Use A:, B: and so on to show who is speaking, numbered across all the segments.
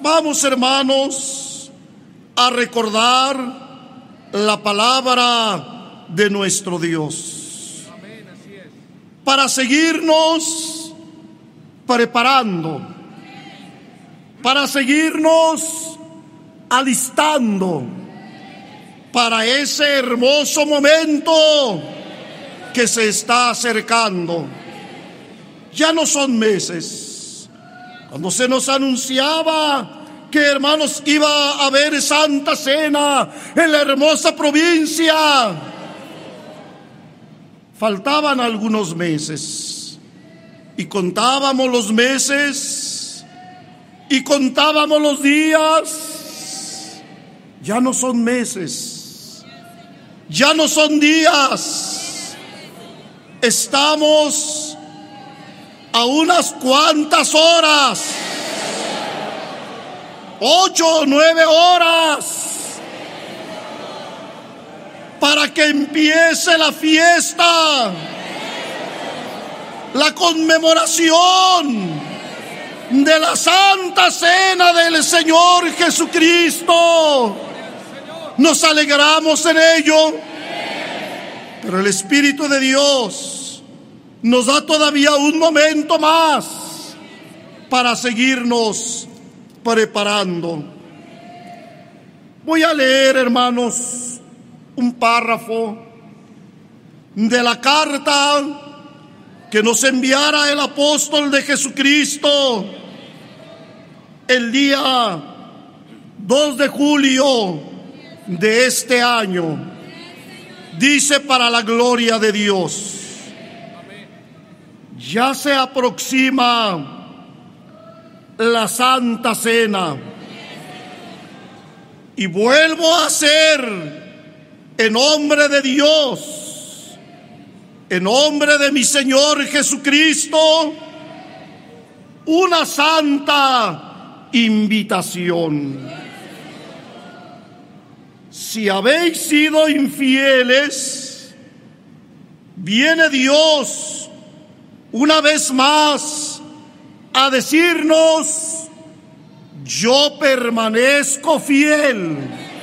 A: Vamos, hermanos, a recordar la palabra de nuestro Dios.
B: Amén, así es.
A: Para seguirnos preparando, para seguirnos alistando para ese hermoso momento que se está acercando. Ya no son meses. Cuando se nos anunciaba que, hermanos, iba a haber Santa Cena en la hermosa provincia, faltaban algunos meses y contábamos los meses y contábamos los días. Ya no son meses, ya no son días. Estamos a unas cuantas horas, 8 o 9 horas, para que empiece la fiesta, la conmemoración de la Santa Cena del Señor Jesucristo. Nos alegramos en ello, pero el Espíritu de Dios nos da todavía un momento más para seguirnos preparando. Voy a leer, hermanos, un párrafo de la carta que nos enviara el apóstol de Jesucristo el día 2 de julio de este año. Dice: para la gloria de Dios. Ya se aproxima la Santa Cena y vuelvo a hacer, en nombre de Dios, en nombre de mi Señor Jesucristo, una santa invitación. Si habéis sido infieles, viene Dios una vez más a decirnos: yo permanezco fiel.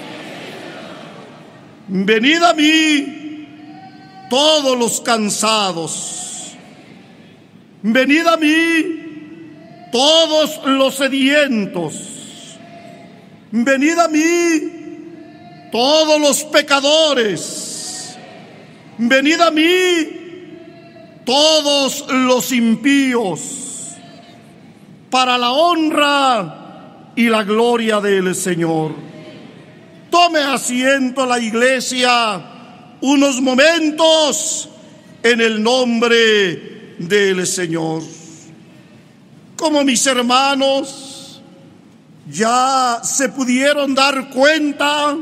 A: Venid a mí todos los cansados, venid a mí todos los sedientos, venid a mí todos los pecadores, venid a mí todos los impíos, para la honra y la gloria del Señor. Tome asiento la iglesia unos momentos en el nombre del Señor. Como mis hermanos ya se pudieron dar cuenta,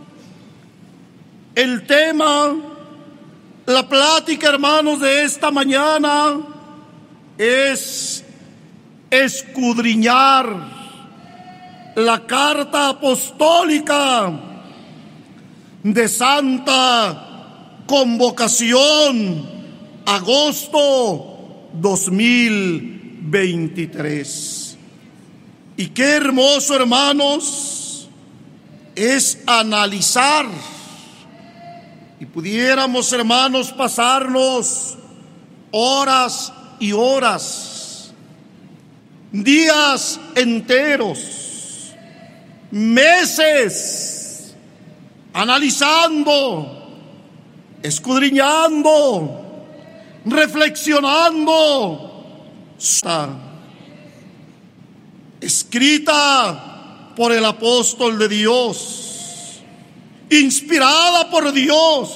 A: el tema, la plática, hermanos, de esta mañana es escudriñar la carta apostólica de Santa Convocación, agosto 2023. Y qué hermoso, hermanos, es analizar, y pudiéramos, hermanos, pasarnos horas y horas, días enteros, meses, analizando, escudriñando, reflexionando, escrita por el apóstol de Dios, inspirada por Dios,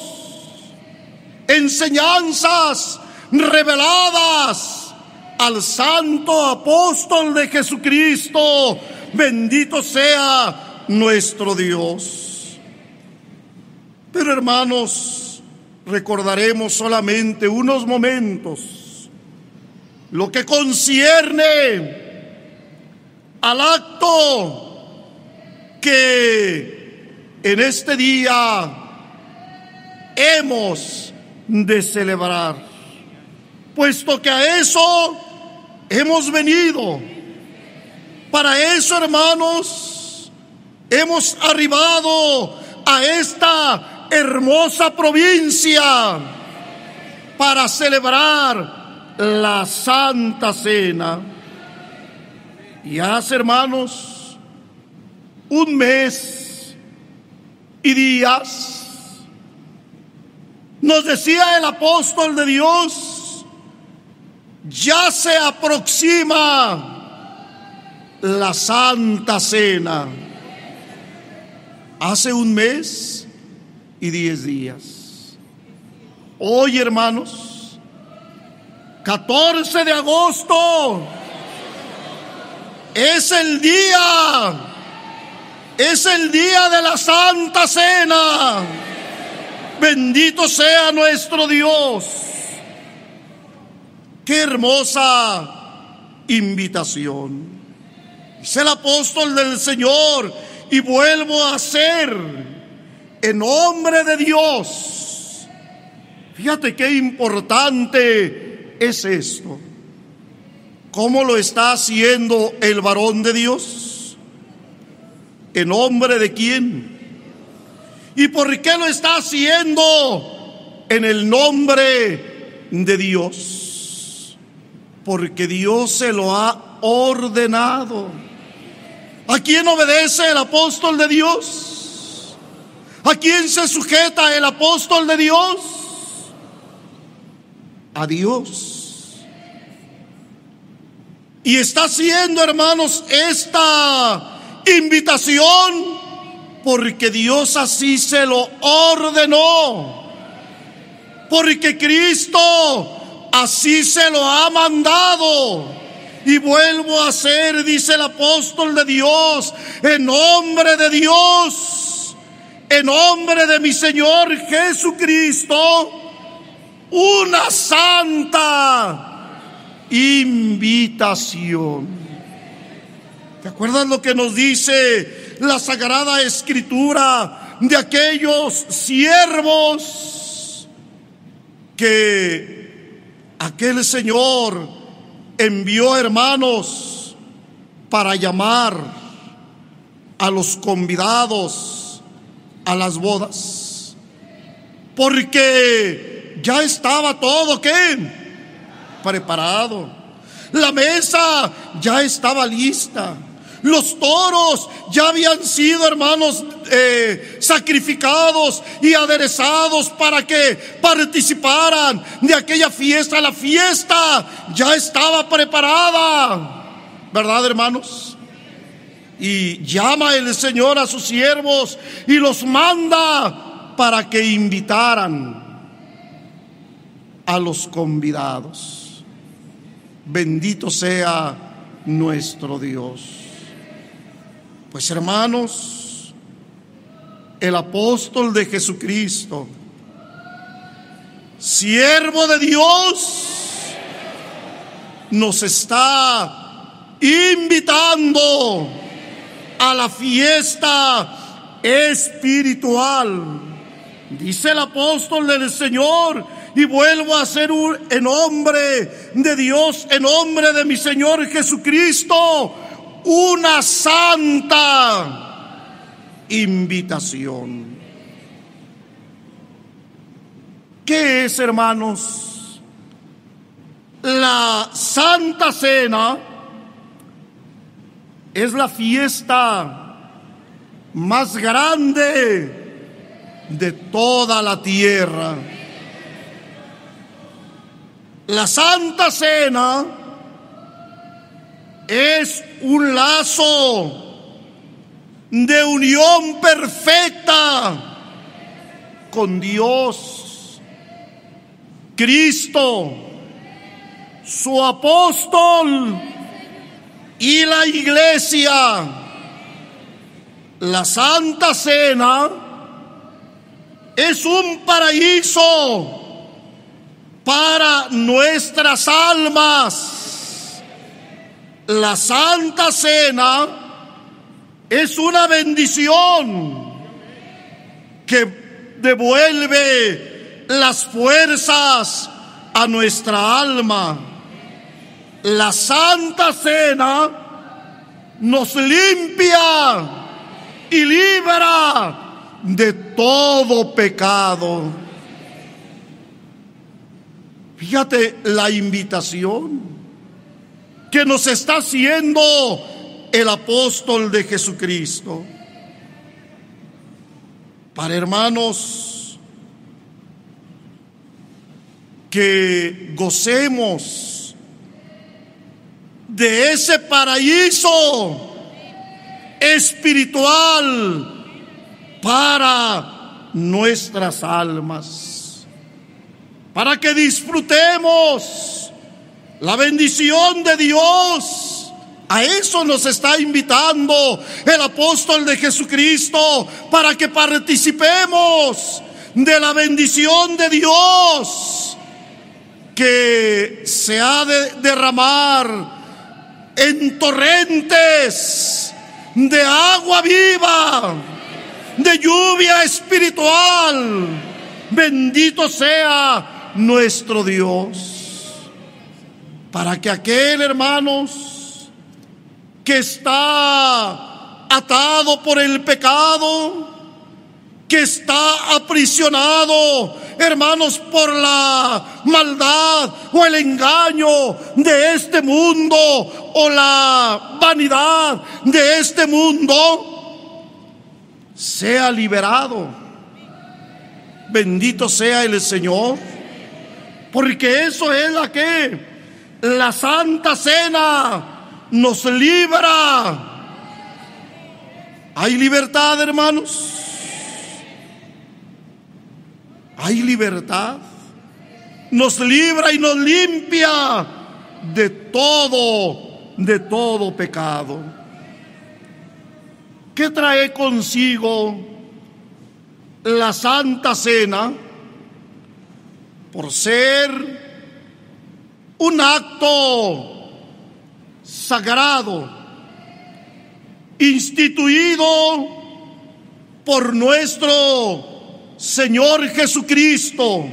A: enseñanzas reveladas al santo apóstol de Jesucristo. Bendito sea nuestro Dios. Pero, hermanos, recordaremos solamente unos momentos lo que concierne al acto que en este día hemos de celebrar, puesto que a eso hemos venido, Para eso, hermanos, hemos arribado a esta hermosa provincia para celebrar la Santa Cena. Y hace, hermanos, un mes y días, nos decía el apóstol de Dios, ya se aproxima la Santa Cena. Hace un mes y 10 días. Hoy, hermanos, 14 de agosto, es el día de la Santa Cena. Bendito sea nuestro Dios. Qué hermosa invitación. Dice el apóstol del Señor, y vuelvo a hacer en nombre de Dios. Fíjate qué importante es esto. ¿Cómo lo está haciendo el varón de Dios? ¿En nombre de quién? ¿Y por qué lo está haciendo en el nombre de Dios? Porque Dios se lo ha ordenado. ¿A quién obedece el apóstol de Dios? ¿A quién se sujeta el apóstol de Dios? A Dios. Y está haciendo, hermanos, esta invitación porque Dios así se lo ordenó, porque Cristo así se lo ha mandado. Y vuelvo a hacer, dice el apóstol de Dios, en nombre de Dios, en nombre de mi Señor Jesucristo, una santa invitación. ¿Te acuerdas lo que nos dice la Sagrada Escritura de aquellos siervos que aquel Señor envió, hermanos, para llamar a los convidados a las bodas? Porque ya estaba todo, ¿qué? Preparado. La mesa ya estaba lista. Los toros ya habían sido, hermanos, sacrificados y aderezados para que participaran de aquella fiesta. La fiesta ya estaba preparada, ¿verdad, hermanos? Y llama el Señor a sus siervos y los manda para que invitaran a los convidados. Bendito sea nuestro Dios. Pues, hermanos, el apóstol de Jesucristo, siervo de Dios, nos está invitando a la fiesta espiritual. Dice el apóstol del Señor, y vuelvo a hacer en nombre de Dios, en nombre de mi Señor Jesucristo, una santa invitación. ¿Qué es, hermanos? La Santa Cena es la fiesta más grande de toda la tierra. La Santa Cena es un lazo de unión perfecta con Dios, Cristo, su apóstol y la iglesia. La Santa Cena es un paraíso para nuestras almas. La Santa Cena es una bendición que devuelve las fuerzas a nuestra alma. La Santa Cena nos limpia y libra de todo pecado. Fíjate la invitación que nos está haciendo el apóstol de Jesucristo. Para hermanos, que gocemos de ese paraíso espiritual para nuestras almas, para que disfrutemos la bendición de Dios. A eso nos está invitando el apóstol de Jesucristo, para que participemos de la bendición de Dios que se ha de derramar en torrentes de agua viva, de lluvia espiritual. Bendito sea nuestro Dios, para que aquel, hermanos, que está atado por el pecado, que está aprisionado, hermanos, por la maldad o el engaño de este mundo o la vanidad de este mundo, sea liberado. Bendito sea el Señor, porque eso es la Santa Cena nos libra. Hay libertad, hermanos. Hay libertad. Nos libra y nos limpia de todo pecado. ¿Qué trae consigo la Santa Cena? Por ser un acto sagrado, instituido por nuestro Señor Jesucristo,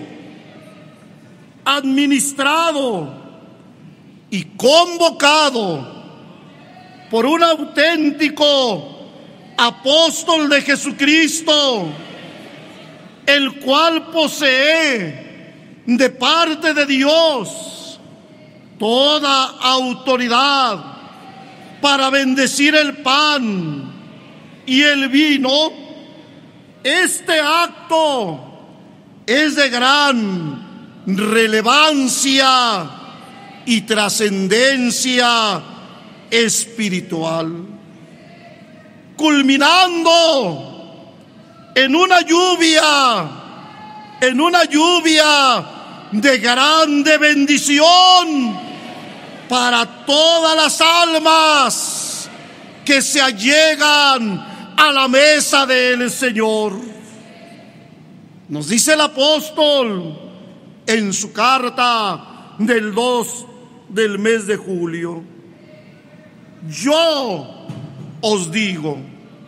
A: administrado y convocado por un auténtico apóstol de Jesucristo, el cual posee de parte de Dios toda autoridad para bendecir el pan y el vino. Este acto es de gran relevancia y trascendencia espiritual, culminando en una lluvia de grande bendición para todas las almas que se allegan a la mesa del Señor. Nos dice el apóstol en su carta del 2 del mes de julio: yo os digo,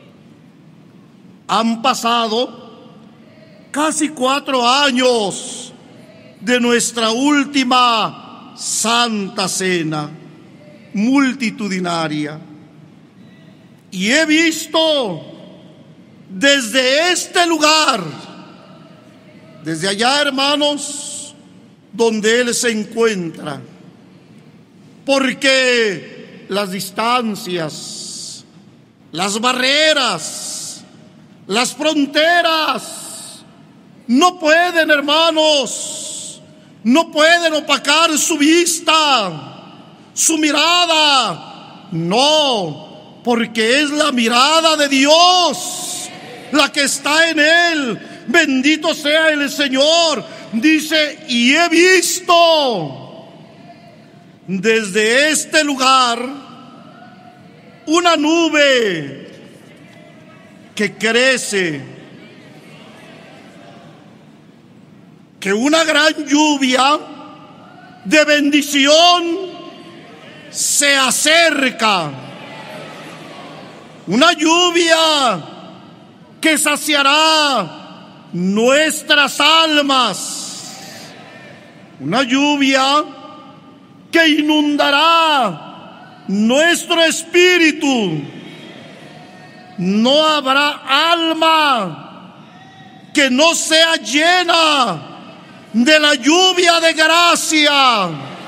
A: han pasado casi 4 años de nuestra última Santa Cena multitudinaria, y he visto desde este lugar, desde allá, hermanos, donde Él se encuentra, porque las distancias, las barreras, las fronteras no pueden, hermanos, no pueden opacar su vista, su mirada. No, porque es la mirada de Dios la que está en Él. Bendito sea el Señor. Dice: y he visto desde este lugar una nube que crece, que una gran lluvia de bendición se acerca, una lluvia que saciará nuestras almas, una lluvia que inundará nuestro espíritu, no habrá alma que no sea llena de la lluvia de gracia,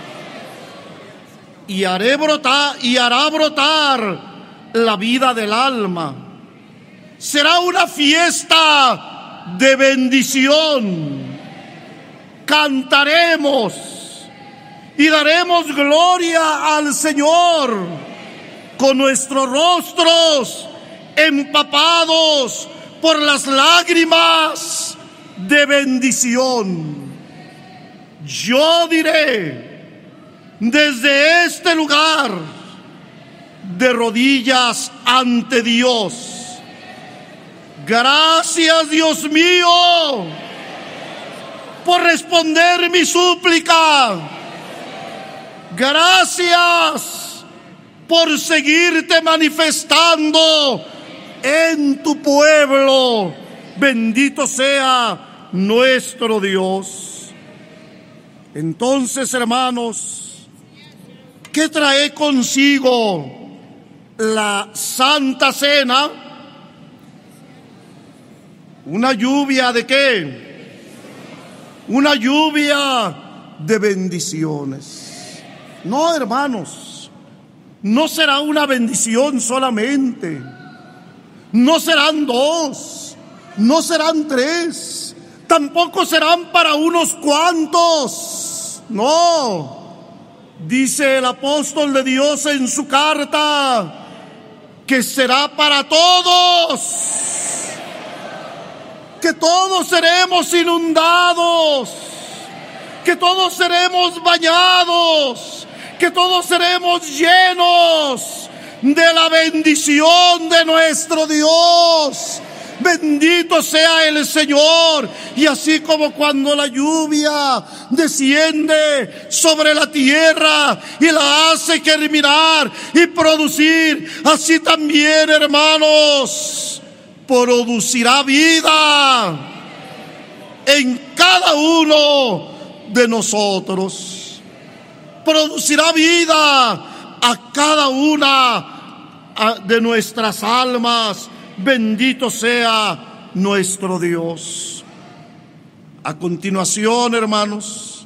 A: y hará brotar la vida del alma. Será una fiesta de bendición. Cantaremos y daremos gloria al Señor con nuestros rostros empapados por las lágrimas de bendición. Yo diré desde este lugar, de rodillas ante Dios: gracias, Dios mío, por responder mi súplica. Gracias por seguirte manifestando en tu pueblo. Bendito sea nuestro Dios. Entonces, hermanos, ¿qué trae consigo la Santa Cena? ¿Una lluvia de qué? Una lluvia de bendiciones. No, hermanos, no será una bendición solamente. No serán dos, no serán tres, tampoco serán para unos cuantos. No, dice el apóstol de Dios en su carta que será para todos, que todos seremos inundados, que todos seremos bañados, que todos seremos llenos de la bendición de nuestro Dios. Bendito sea el Señor. Y así como cuando la lluvia desciende sobre la tierra y la hace germinar y producir, así también, hermanos, producirá vida en cada uno de nosotros. Producirá vida a cada una de nuestras almas. Bendito sea nuestro Dios. A continuación, hermanos,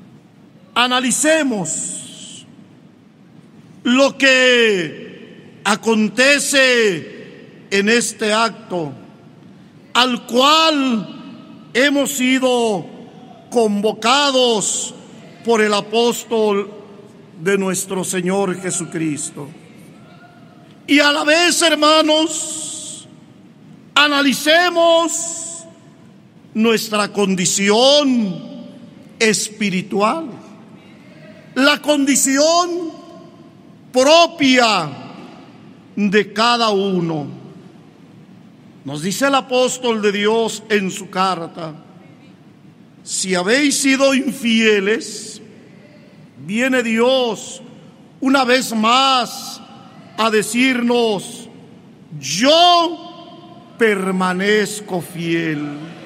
A: analicemos lo que acontece en este acto al cual hemos sido convocados por el apóstol de nuestro Señor Jesucristo. Y a la vez, hermanos, analicemos nuestra condición espiritual, la condición propia de cada uno. Nos dice el apóstol de Dios en su carta: si habéis sido infieles, viene Dios una vez más a decirnos: yo permanezco fiel.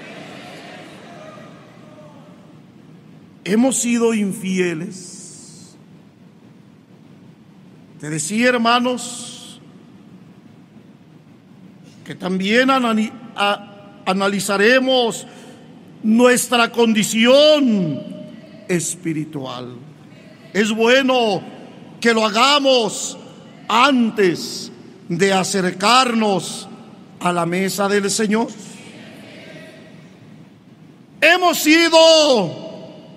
A: Hemos sido infieles. Te decía, hermanos, que también analizaremos nuestra condición espiritual. Es bueno que lo hagamos antes de acercarnos a la mesa del Señor. Hemos sido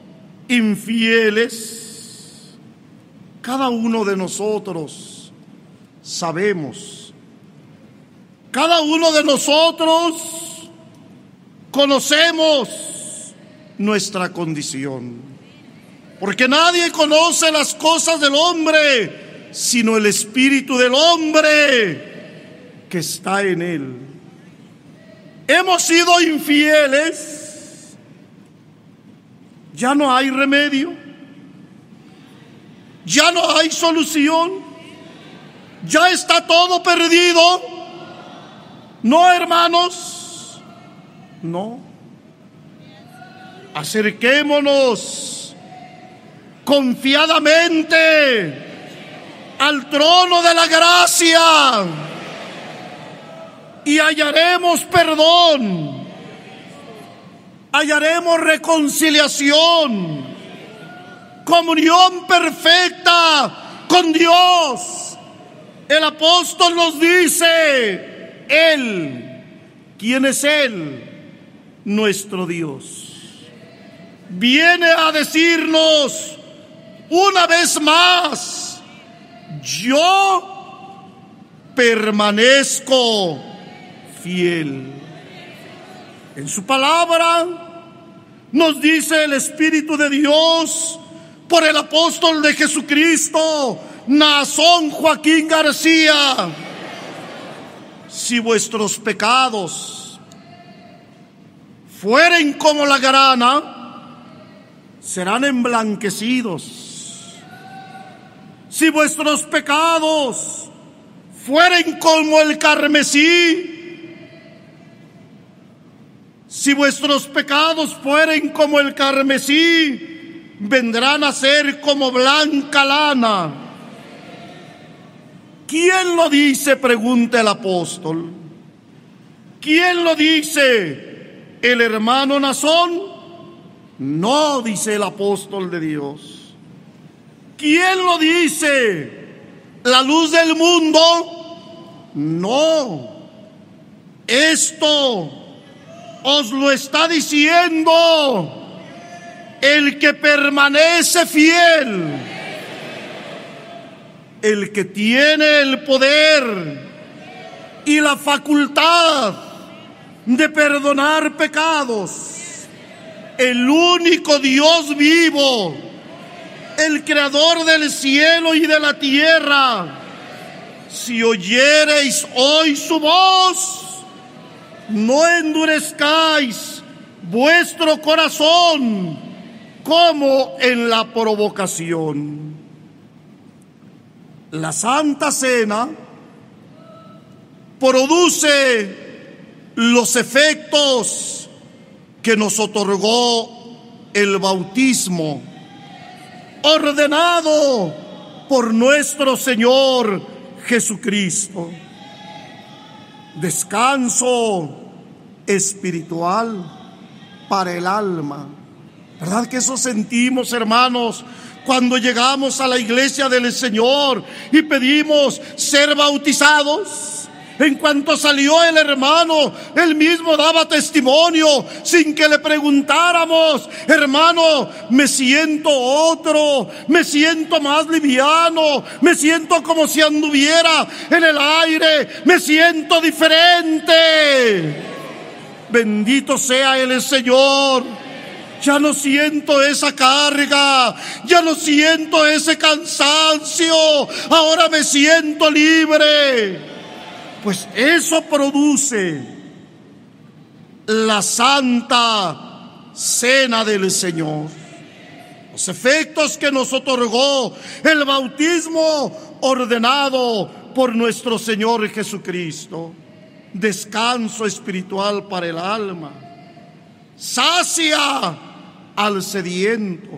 A: infieles. Cada uno de nosotros sabemos, cada uno de nosotros conocemos nuestra condición, porque nadie conoce las cosas del hombre sino el espíritu del hombre que está en él. Hemos sido infieles. Ya no hay remedio, ya no hay solución, ya está todo perdido. No, hermanos, no. Acerquémonos confiadamente al trono de la gracia y hallaremos perdón, hallaremos reconciliación, comunión perfecta con Dios. El apóstol nos dice, Él, ¿quién es Él? Nuestro Dios. Viene a decirnos una vez más, yo permanezco fiel. En su palabra nos dice el Espíritu de Dios por el apóstol de Jesucristo, Naasón Joaquín García: si vuestros pecados fueren como la grana, serán emblanquecidos. Si vuestros pecados fueren como el carmesí, si vuestros pecados fueren como el carmesí, vendrán a ser como blanca lana. ¿Quién lo dice?, pregunta el apóstol. ¿Quién lo dice? ¿El hermano Naasón? No, dice el apóstol de Dios. ¿Quién lo dice? ¿La luz del mundo? No. Esto os lo está diciendo el que permanece fiel, el que tiene el poder y la facultad de perdonar pecados. El único Dios vivo, el creador del cielo y de la tierra. Si oyereis hoy su voz, no endurezcáis vuestro corazón como en la provocación. La Santa Cena produce los efectos que nos otorgó el bautismo, ordenado por nuestro Señor Jesucristo. Descanso espiritual para el alma. ¿Verdad que eso sentimos, hermanos, cuando llegamos a la iglesia del Señor y pedimos ser bautizados? En cuanto salió el hermano, él mismo daba testimonio sin que le preguntáramos: hermano, me siento otro, me siento más liviano, me siento como si anduviera en el aire, me siento diferente. Bendito sea el Señor. Ya no siento esa carga, ya no siento ese cansancio, ahora me siento libre. Pues eso produce la Santa Cena del Señor. Los efectos que nos otorgó el bautismo ordenado por nuestro Señor Jesucristo. Descanso espiritual para el alma. Sacia al sediento.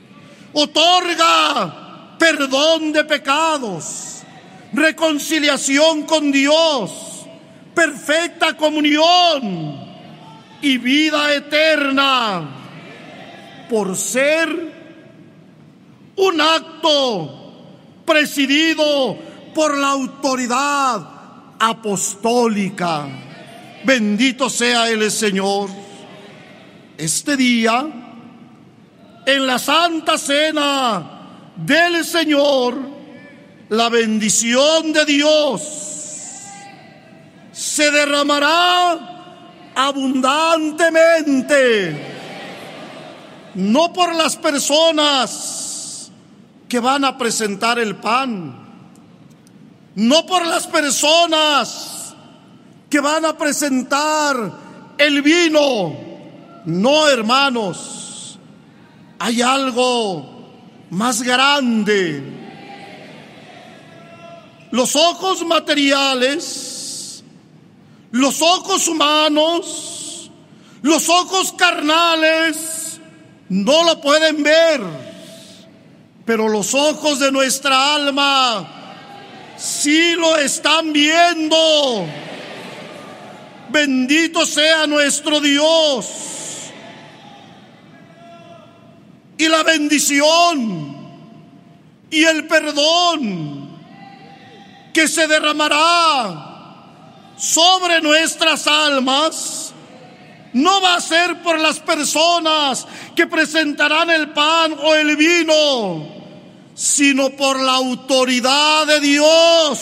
A: Otorga perdón de pecados, reconciliación con Dios, perfecta comunión y vida eterna, por ser un acto presidido por la autoridad apostólica. Bendito sea el Señor. Este día, en la Santa Cena del Señor, la bendición de Dios se derramará abundantemente, no por las personas que van a presentar el pan, no por las personas que van a presentar el vino. No, hermanos, hay algo más grande. Los ojos materiales, los ojos humanos, los ojos carnales no lo pueden ver, pero los ojos de nuestra alma Sí lo están viendo. Bendito sea nuestro Dios. Y la bendición y el perdón que se derramará sobre nuestras almas no va a ser por las personas que presentarán el pan o el vino, sino por la autoridad de Dios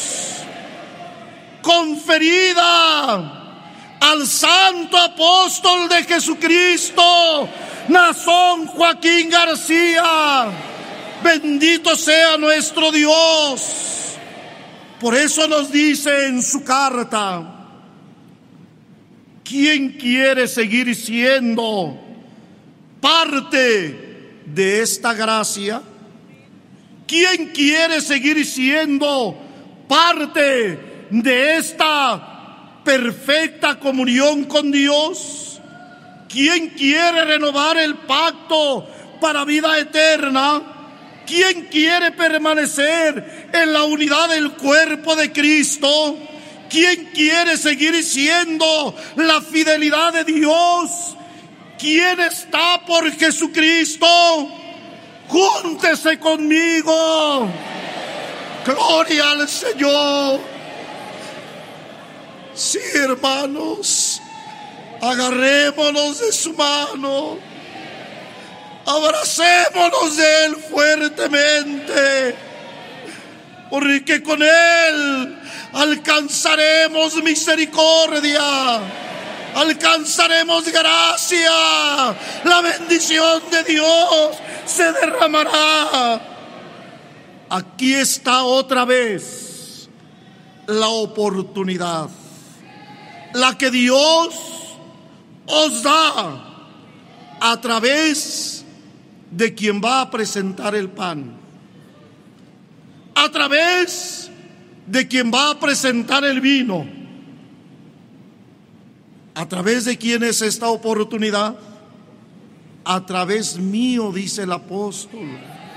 A: conferida al santo apóstol de Jesucristo, Nazón Joaquín García. Bendito sea nuestro Dios. Por eso nos dice en su carta: ¿quién quiere seguir siendo parte de esta gracia? ¿Quién quiere seguir siendo parte de esta perfecta comunión con Dios? ¿Quién quiere renovar el pacto para vida eterna? ¿Quién quiere permanecer en la unidad del cuerpo de Cristo? ¿Quién quiere seguir siendo la fidelidad de Dios? ¿Quién está por Jesucristo? Júntese conmigo. Gloria al Señor. Sí, hermanos, agarrémonos de su mano, abracémonos de Él fuertemente, porque con Él alcanzaremos misericordia, alcanzaremos gracia, la bendición de Dios se derramará. Aquí está otra vez la oportunidad, la que Dios os da a través de quien va a presentar el pan, a través de quien va a presentar el vino. ¿A través de quién es esta oportunidad? A través mío, dice el apóstol.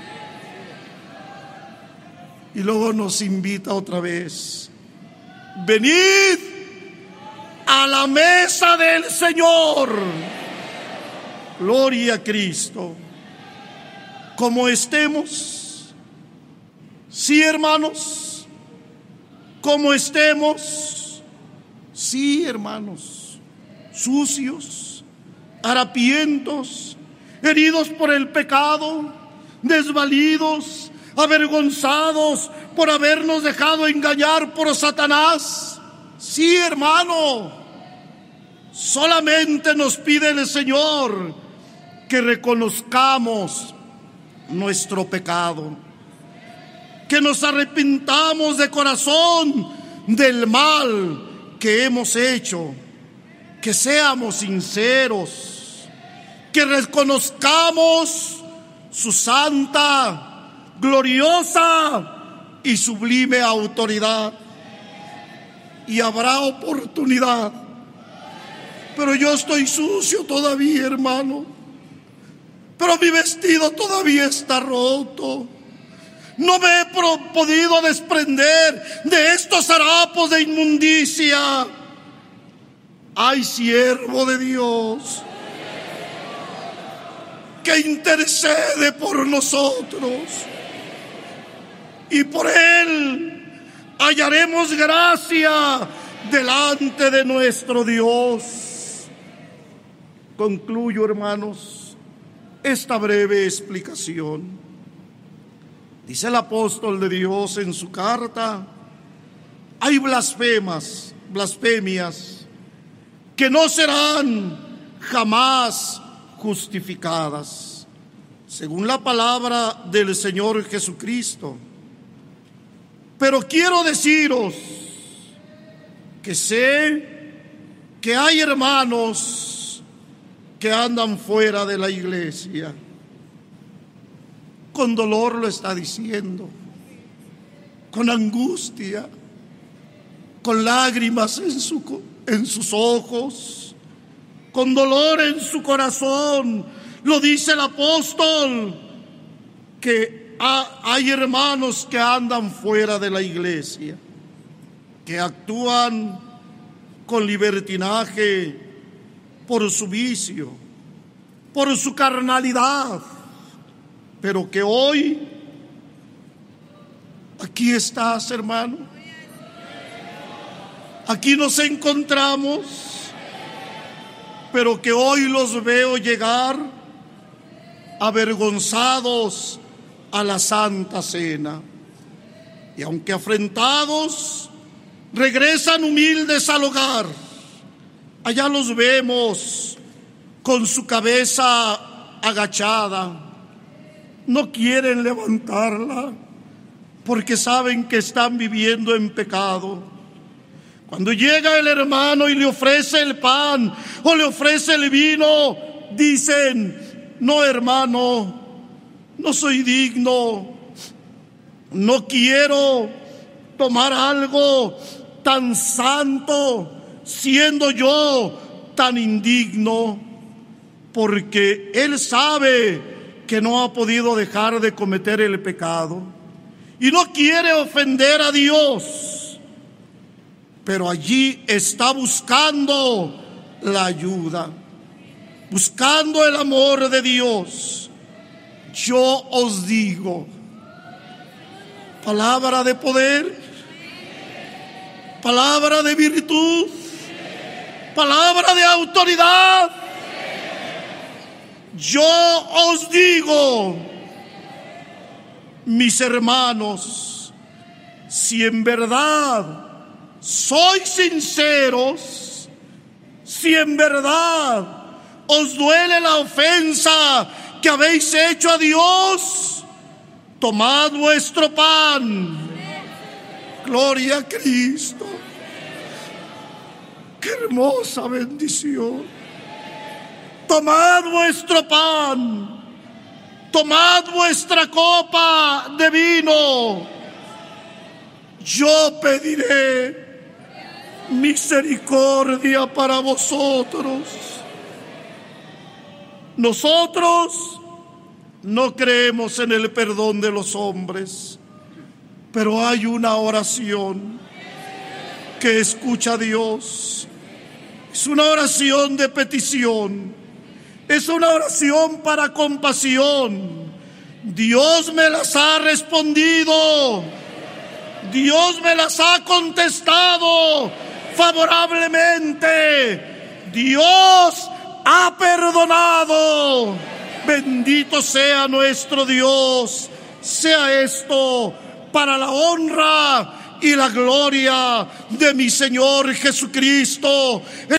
A: Y luego nos invita otra vez: venid a la mesa del Señor. Gloria a Cristo. Como estemos, sí, hermanos, como estemos, sí, hermanos, sucios, harapientos, heridos por el pecado, desvalidos, avergonzados por habernos dejado engañar por Satanás. Sí, hermano, solamente nos pide el Señor que reconozcamos nuestro pecado, que nos arrepintamos de corazón del mal que hemos hecho, que seamos sinceros, que reconozcamos su santa, gloriosa y sublime autoridad. Y habrá oportunidad. Pero yo estoy sucio todavía, hermano. Pero mi vestido todavía está roto. No me he podido desprender de estos harapos de inmundicia. Ay, siervo de Dios, que intercede por nosotros, y por Él hallaremos gracia delante de nuestro Dios. Concluyo, hermanos, esta breve explicación. Dice el apóstol de Dios en su carta: hay blasfemias que no serán jamás justificadas, según la palabra del Señor Jesucristo. Pero quiero deciros que sé que hay hermanos que andan fuera de la iglesia. Con dolor lo está diciendo, con angustia, con lágrimas en sus ojos, con dolor en su corazón. Lo dice el apóstol, que hay hermanos que andan fuera de la iglesia, que actúan con libertinaje por su vicio, por su carnalidad, pero que hoy aquí estás, hermano. Aquí nos encontramos, pero que hoy los veo llegar avergonzados a la Santa Cena. Y aunque afrentados, regresan humildes al hogar. Allá los vemos con su cabeza agachada. No quieren levantarla porque saben que están viviendo en pecado. Cuando llega el hermano y le ofrece el pan o le ofrece el vino, dicen: no, hermano, no soy digno, no quiero tomar algo tan santo, siendo yo tan indigno, porque él sabe que no ha podido dejar de cometer el pecado y no quiere ofender a Dios, pero allí está buscando la ayuda, buscando el amor de Dios. Yo os digo, palabra de poder, palabra de virtud, palabra de autoridad. Yo os digo, mis hermanos, si en verdad sois sinceros, si en verdad os duele la ofensa que habéis hecho a Dios, tomad vuestro pan. Gloria a Cristo. Qué hermosa bendición. Tomad vuestro pan, tomad vuestra copa de vino. Yo pediré misericordia para vosotros. Nosotros no creemos en el perdón de los hombres, pero hay una oración que escucha a Dios. Es una oración de petición. Es una oración para compasión. Dios me las ha respondido. Dios me las ha contestado favorablemente. Dios ha perdonado. Bendito sea nuestro Dios. Sea esto para la honra y la gloria de mi Señor Jesucristo.